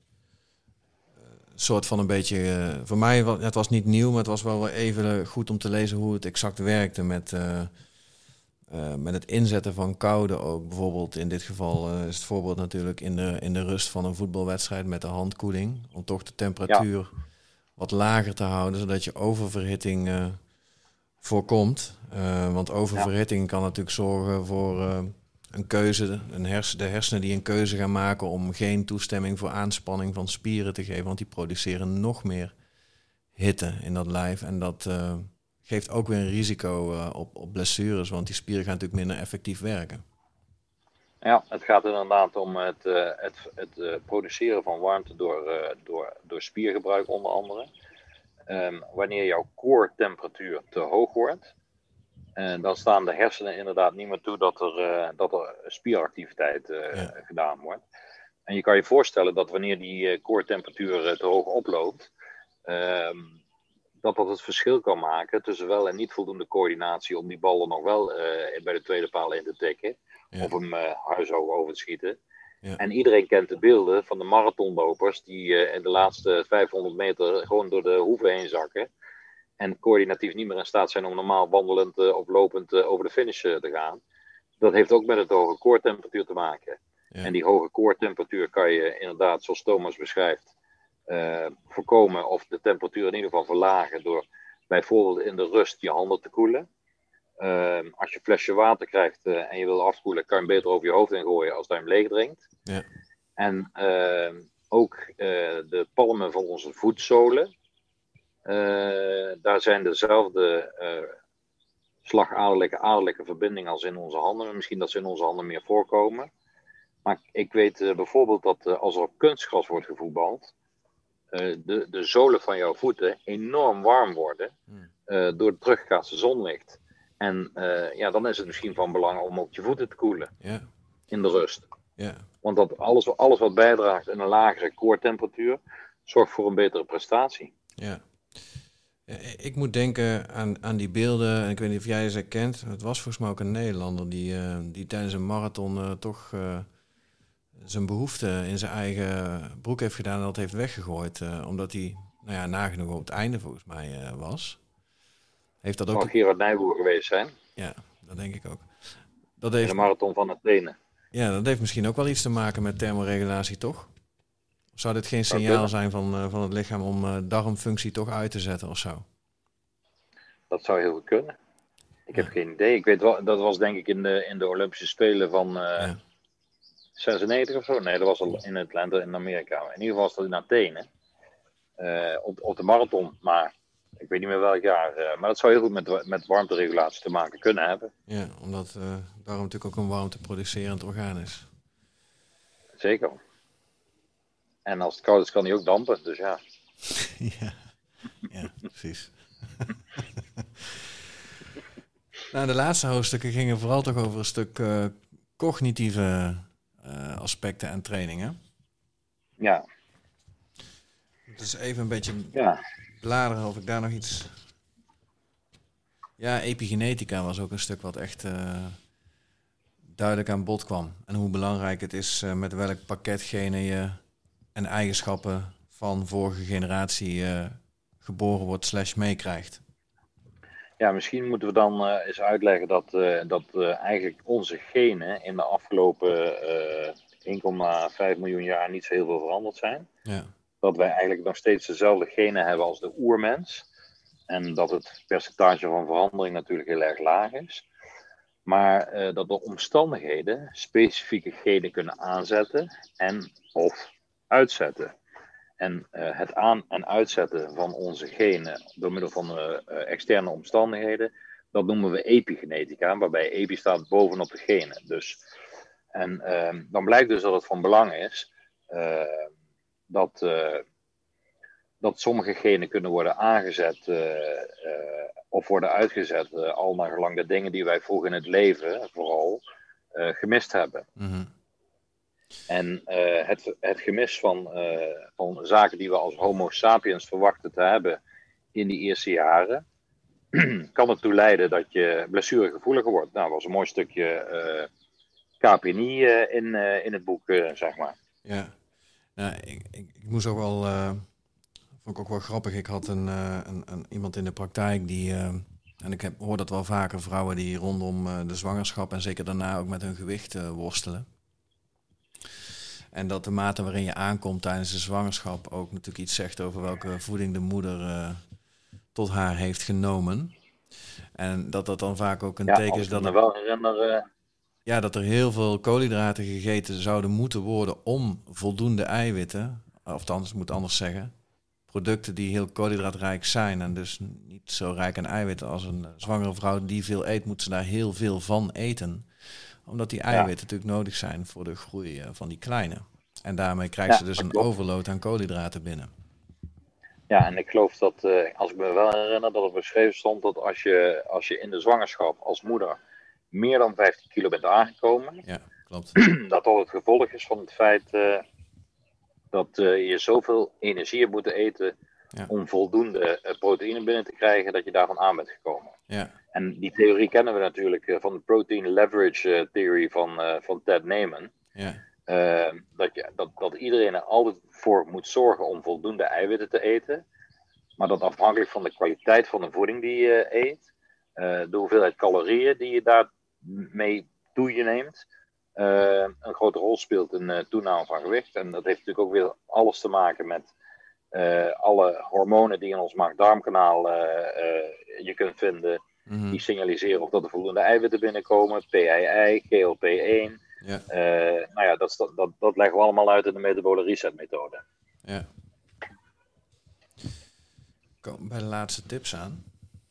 een soort van een beetje... Uh, voor mij, het was niet nieuw, maar het was wel even goed om te lezen hoe het exact werkte met... Uh, Uh, met het inzetten van koude ook. Bijvoorbeeld in dit geval uh, is het voorbeeld natuurlijk in de, in de rust van een voetbalwedstrijd met de handkoeling. Om toch de temperatuur ja. wat lager te houden, zodat je oververhitting uh, voorkomt. Uh, want oververhitting ja. kan natuurlijk zorgen voor uh, een keuze. Een hersen, de hersenen die een keuze gaan maken om geen toestemming voor aanspanning van spieren te geven. Want die produceren nog meer hitte in dat lijf. En dat... Uh, geeft ook weer een risico uh, op, op blessures, want die spieren gaan natuurlijk minder effectief werken. Ja, het gaat inderdaad om het, uh, het, het uh, produceren van warmte door, uh, door, door spiergebruik onder andere. Um, wanneer jouw core temperatuur te hoog wordt, uh, dan staan de hersenen inderdaad niet meer toe dat er, uh, dat er spieractiviteit uh, ja. gedaan wordt. En je kan je voorstellen dat wanneer die uh, core temperatuur uh, te hoog oploopt, um, dat dat het verschil kan maken tussen wel en niet voldoende coördinatie om die ballen nog wel uh, bij de tweede paal in te tikken. Ja. Of hem uh, huishoog over te schieten. Ja. En iedereen kent de beelden van de marathonlopers die uh, in de laatste vijfhonderd meter gewoon door de hoeven heen zakken. En coördinatief niet meer in staat zijn om normaal wandelend uh, of lopend uh, over de finish uh, te gaan. Dat heeft ook met het hoge koortemperatuur te maken. Ja. En die hoge koortemperatuur kan je inderdaad, zoals Thomas beschrijft, uh, voorkomen of de temperatuur in ieder geval verlagen door bijvoorbeeld in de rust je handen te koelen. Uh, als je een flesje water krijgt uh, en je wil afkoelen, kan je hem beter over je hoofd heen gooien als dat je hem leeg drinkt. Ja. En uh, ook uh, de palmen van onze voetzolen. Uh, daar zijn dezelfde uh, slagaderlijke aderlijke verbindingen als in onze handen. Misschien dat ze in onze handen meer voorkomen. Maar ik weet uh, bijvoorbeeld dat uh, als er op kunstgras wordt gevoetbald, uh, de, de zolen van jouw voeten enorm warm worden uh, door het terugkaatste zonlicht. En uh, ja, dan is het misschien van belang om op je voeten te koelen. Ja. In de rust. Ja. Want dat alles, alles wat bijdraagt aan een lagere koortemperatuur zorgt voor een betere prestatie. Ja. Ik moet denken aan, aan die beelden, en ik weet niet of jij ze kent. Het was volgens mij ook een Nederlander die, uh, die tijdens een marathon uh, toch uh, zijn behoefte in zijn eigen broek heeft gedaan en dat heeft weggegooid. Uh, omdat hij, nou ja, nagenoeg op het einde volgens mij uh, was. Heeft dat ook... Mag Gerard Nijboer geweest zijn? Ja, dat denk ik ook. Dat heeft... In de marathon van Athene. Ja, dat heeft misschien ook wel iets te maken met thermoregulatie, toch? Of zou dit geen signaal zijn van, uh, van het lichaam om uh, darmfunctie toch uit te zetten of zo? Dat zou heel goed kunnen. Ik ja. heb geen idee. Ik weet wel, dat was denk ik in de, in de Olympische Spelen van uh, ja. zesennegentig of zo. Nee, dat was al in het land in Amerika. In ieder geval was dat in Athene. Uh, op, op de marathon, maar ik weet niet meer welk jaar. Uh, maar dat zou heel goed met, met warmteregulatie te maken kunnen hebben. Ja, omdat uh, darm natuurlijk ook een warmteproducerend orgaan is. Zeker. En als het koud is, kan hij ook dampen, dus ja. ja. ja, precies. Nou, de laatste hoofdstukken gingen vooral toch over een stuk uh, cognitieve uh, aspecten en trainingen. Ja. Dus even een beetje ja. bladeren of ik daar nog iets... Ja, epigenetica was ook een stuk wat echt uh, duidelijk aan bod kwam. En hoe belangrijk het is uh, met welk pakket genen je en eigenschappen van vorige generatie uh, geboren wordt slash meekrijgt. Ja, misschien moeten we dan uh, eens uitleggen dat, uh, dat uh, eigenlijk onze genen in de afgelopen uh, één komma vijf miljoen jaar niet zo heel veel veranderd zijn. Ja. Dat wij eigenlijk nog steeds dezelfde genen hebben als de oermens. En dat het percentage van verandering natuurlijk heel erg laag is. Maar uh, dat de omstandigheden specifieke genen kunnen aanzetten en of uitzetten. En uh, het aan- en uitzetten van onze genen door middel van uh, uh, externe omstandigheden, dat noemen we epigenetica, waarbij epi staat bovenop de genen. Dus, en uh, dan blijkt dus dat het van belang is uh, dat, uh, dat sommige genen kunnen worden aangezet uh, uh, of worden uitgezet, uh, al naar gelang de dingen die wij vroeger in het leven vooral uh, gemist hebben. Mm-hmm. En uh, het, het gemis van, uh, van zaken die we als homo sapiens verwachten te hebben in die eerste jaren, kan ertoe leiden dat je blessuregevoeliger wordt. Nou, dat was een mooi stukje uh, K P N I uh, in, uh, in het boek, uh, zeg maar. Ja, nou, ik, ik, ik moest ook wel, uh, vond ik ook wel grappig, ik had een, uh, een, een, iemand in de praktijk die, uh, en ik heb, hoor dat wel vaker, vrouwen die rondom uh, de zwangerschap en zeker daarna ook met hun gewicht uh, worstelen. En dat de mate waarin je aankomt tijdens de zwangerschap ook natuurlijk iets zegt over welke voeding de moeder uh, tot haar heeft genomen. En dat dat dan vaak ook een ja, teken is dat er, wel herinner, uh... ja, dat er heel veel koolhydraten gegeten zouden moeten worden om voldoende eiwitten, of althans, ik moet anders zeggen, producten die heel koolhydraatrijk zijn en dus niet zo rijk aan eiwitten als een zwangere vrouw die veel eet, moet ze daar heel veel van eten. Omdat die eiwitten ja. natuurlijk nodig zijn voor de groei van die kleine. En daarmee krijgt ja, ze dus een klopt. overload aan koolhydraten binnen. Ja, en ik geloof dat, uh, als ik me wel herinner, dat er beschreven stond dat als je, als je in de zwangerschap als moeder meer dan vijftien kilo bent aangekomen, ja, klopt. dat dat het gevolg is van het feit uh, dat uh, je zoveel energie hebt moeten eten ja. om voldoende uh, proteïne binnen te krijgen dat je daarvan aan bent gekomen. Ja. En die theorie kennen we natuurlijk uh, van de protein leverage uh, theory van, uh, van Ted Naiman. Ja. Uh, dat, je, dat, dat iedereen er altijd voor moet zorgen om voldoende eiwitten te eten. Maar dat afhankelijk van de kwaliteit van de voeding die je eet, uh, de hoeveelheid calorieën die je daarmee toe je neemt, uh, een grote rol speelt in uh, toename van gewicht. En dat heeft natuurlijk ook weer alles te maken met uh, alle hormonen die in ons maag-darmkanaal uh, uh, je kunt vinden. Mm-hmm. Die signaliseren of dat er voldoende eiwitten binnenkomen, P I I, G L P één. Ja. Uh, nou ja, dat, dat, dat leggen we allemaal uit in de metabole reset methode. Ja. Kom bij de laatste tips aan.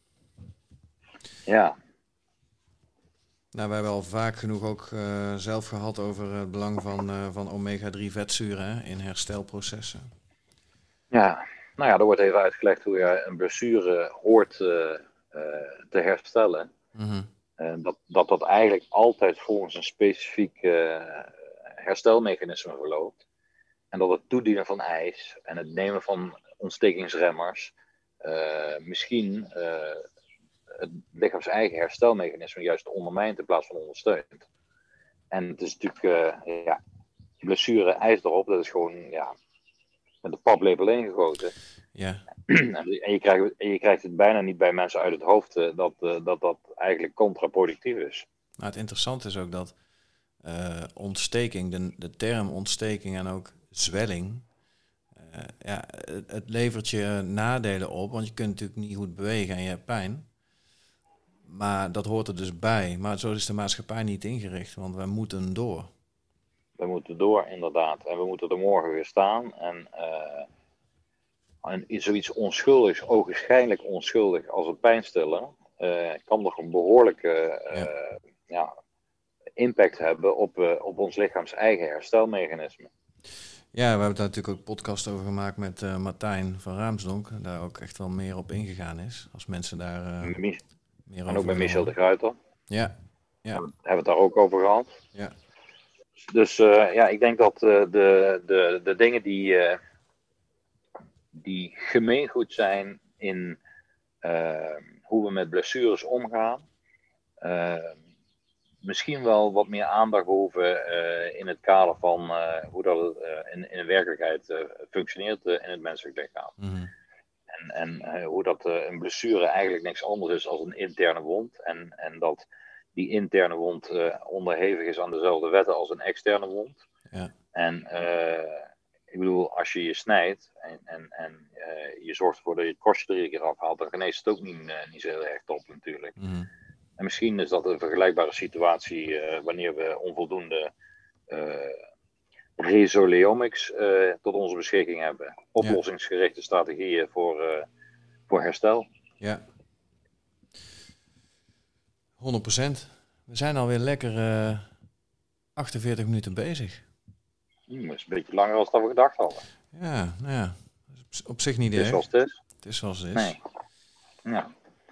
Ja. Nou, we hebben al vaak genoeg ook uh, zelf gehad over het belang van, uh, van omega drie vetzuren hè, in herstelprocessen. Ja, nou ja, er wordt even uitgelegd hoe je een blessure hoort uh, uh, te herstellen. Mm-hmm. Uh, dat, dat dat eigenlijk altijd volgens een specifiek uh, herstelmechanisme verloopt. En dat het toedienen van ijs en het nemen van ontstekingsremmers uh, misschien uh, het lichaams eigen herstelmechanisme juist ondermijnt in plaats van ondersteunt. En het is natuurlijk, uh, ja, blessure, ijs erop, dat is gewoon, ja, met de paplepel ingegoten. Ja. En je krijgt, en je krijgt het bijna niet bij mensen uit het hoofd uh, dat, uh, dat dat eigenlijk contraproductief is. Nou, het interessante is ook dat uh, ontsteking, de, de term ontsteking en ook zwelling, uh, ja, het, het levert je nadelen op, want je kunt natuurlijk niet goed bewegen en je hebt pijn. Maar dat hoort er dus bij. Maar zo is de maatschappij niet ingericht, want wij moeten door. We moeten door, inderdaad. En we moeten er morgen weer staan. En, uh, en zoiets onschuldigs, ogenschijnlijk onschuldig als het pijnstiller, uh, kan toch een behoorlijke uh, ja. Ja, impact hebben op, uh, op ons lichaams eigen herstelmechanisme. Ja, we hebben daar natuurlijk ook een podcast over gemaakt met uh, Martijn van Raamsdonk. Daar ook echt wel meer op ingegaan is. Als mensen daar uh, Mich- meer en over ook met Michel de Gruyter. Ja. Ja. Hebben we het daar ook over gehad. Ja. Dus uh, ja, ik denk dat uh, de, de, de dingen die, uh, die gemeengoed zijn in uh, hoe we met blessures omgaan, uh, misschien wel wat meer aandacht behoeven uh, in het kader van uh, hoe dat uh, in, in de werkelijkheid uh, functioneert uh, in het menselijk lichaam. Mm-hmm. En, en uh, hoe dat uh, een blessure eigenlijk niks anders is dan een interne wond. En, en dat die interne wond uh, onderhevig is aan dezelfde wetten als een externe wond. Ja. En uh, ik bedoel, als je je snijdt en, en, en uh, je zorgt ervoor dat je het kostje er iedere keer afhaalt, dan geneest het ook niet, uh, niet zo heel erg top natuurlijk. Mm. En misschien is dat een vergelijkbare situatie uh, wanneer we onvoldoende uh, resoleomics uh, tot onze beschikking hebben. Oplossingsgerichte strategieën voor, uh, voor herstel. Ja. honderd procent. We zijn alweer lekker uh, achtenveertig minuten bezig. Hmm, dat is een beetje langer dan dat we gedacht hadden. Ja, nou ja. Op zich niet erg. Het is zoals het is. Het is zoals het is. Nee. Ja.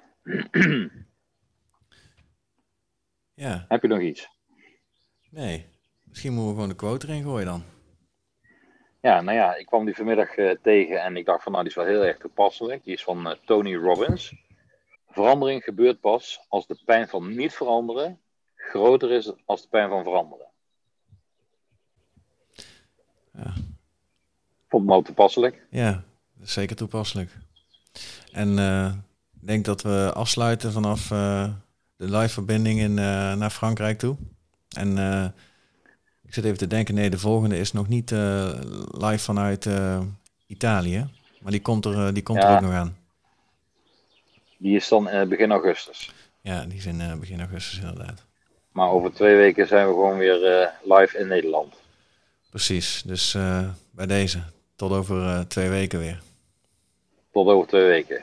Ja. Heb je nog iets? Nee. Misschien moeten we gewoon de quote erin gooien dan. Ja, nou ja, ik kwam die vanmiddag uh, tegen en ik dacht van nou, die is wel heel erg toepasselijk. Die is van uh, Tony Robbins. Verandering gebeurt pas als de pijn van niet veranderen groter is dan de pijn van veranderen. Ja. Vond het wel toepasselijk? Ja, dat is zeker toepasselijk. En uh, ik denk dat we afsluiten vanaf uh, de live verbinding in, uh, naar Frankrijk toe. En uh, ik zit even te denken, nee, de volgende is nog niet uh, live vanuit uh, Italië. Maar die komt er, uh, die komt ja. er ook nog aan. Die is dan uh, begin augustus. Ja, die is in uh, begin augustus inderdaad. Maar over twee weken zijn we gewoon weer uh, live in Nederland. Precies, dus uh, bij deze. Tot over uh, twee weken weer. Tot over twee weken.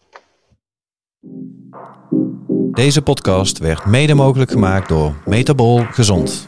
Deze podcast werd mede mogelijk gemaakt door Metabol Gezond.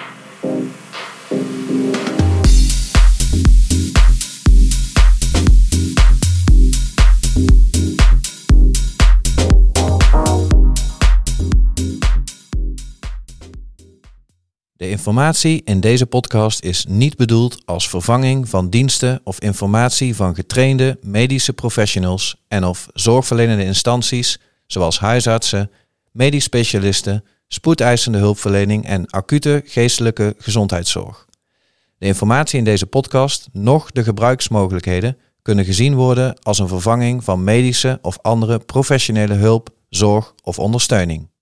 De informatie in deze podcast is niet bedoeld als vervanging van diensten of informatie van getrainde medische professionals en of zorgverlenende instanties zoals huisartsen, medisch specialisten, spoedeisende hulpverlening en acute geestelijke gezondheidszorg. De informatie in deze podcast, noch de gebruiksmogelijkheden, kunnen gezien worden als een vervanging van medische of andere professionele hulp, zorg of ondersteuning.